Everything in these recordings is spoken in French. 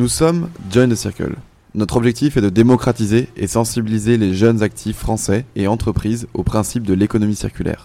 Nous sommes Join the Circle. Notre objectif est de démocratiser et sensibiliser les jeunes actifs français et entreprises au principe de l'économie circulaire.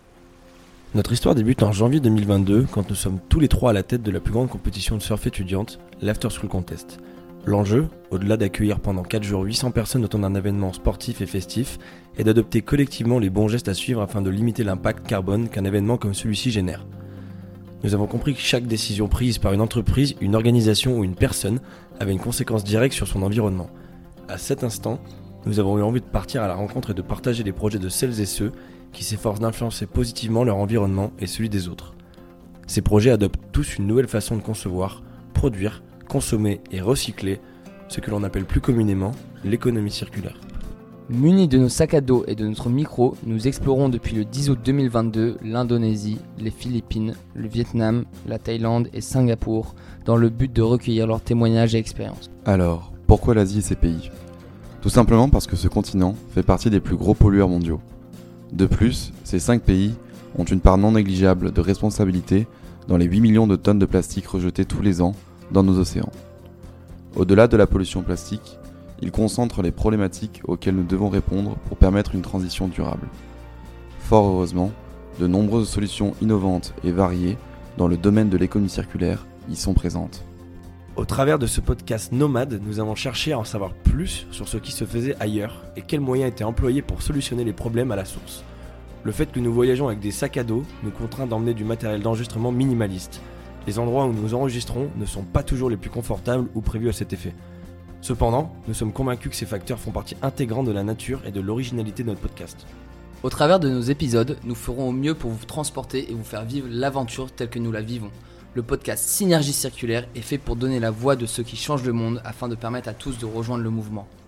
Notre histoire débute en janvier 2022 quand nous sommes tous les trois à la tête de la plus grande compétition de surf étudiante, l'After School Contest. L'enjeu, au-delà d'accueillir pendant 4 jours 800 personnes autour d'un événement sportif et festif, est d'adopter collectivement les bons gestes à suivre afin de limiter l'impact carbone qu'un événement comme celui-ci génère. Nous avons compris que chaque décision prise par une entreprise, une organisation ou une personne avait une conséquence directe sur son environnement. À cet instant, nous avons eu envie de partir à la rencontre et de partager les projets de celles et ceux qui s'efforcent d'influencer positivement leur environnement et celui des autres. Ces projets adoptent tous une nouvelle façon de concevoir, produire, consommer et recycler, ce que l'on appelle plus communément l'économie circulaire. Munis de nos sacs à dos et de notre micro, nous explorons depuis le 10 août 2022 l'Indonésie, les Philippines, le Vietnam, la Thaïlande et Singapour dans le but de recueillir leurs témoignages et expériences. Alors, pourquoi l'Asie et ces pays ? Tout simplement parce que ce continent fait partie des plus gros pollueurs mondiaux. De plus, ces 5 pays ont une part non négligeable de responsabilité dans les 8 millions de tonnes de plastique rejetées tous les ans dans nos océans. Au-delà de la pollution plastique, ils concentrent les problématiques auxquelles nous devons répondre pour permettre une transition durable. Fort heureusement, de nombreuses solutions innovantes et variées dans le domaine de l'économie circulaire y sont présentes. Au travers de ce podcast nomade, nous avons cherché à en savoir plus sur ce qui se faisait ailleurs et quels moyens étaient employés pour solutionner les problèmes à la source. Le fait que nous voyageons avec des sacs à dos nous contraint d'emmener du matériel d'enregistrement minimaliste. Les endroits où nous enregistrons ne sont pas toujours les plus confortables ou prévus à cet effet. Cependant, nous sommes convaincus que ces facteurs font partie intégrante de la nature et de l'originalité de notre podcast. Au travers de nos épisodes, nous ferons au mieux pour vous transporter et vous faire vivre l'aventure telle que nous la vivons. Le podcast Synergie Circulaire est fait pour donner la voix de ceux qui changent le monde afin de permettre à tous de rejoindre le mouvement.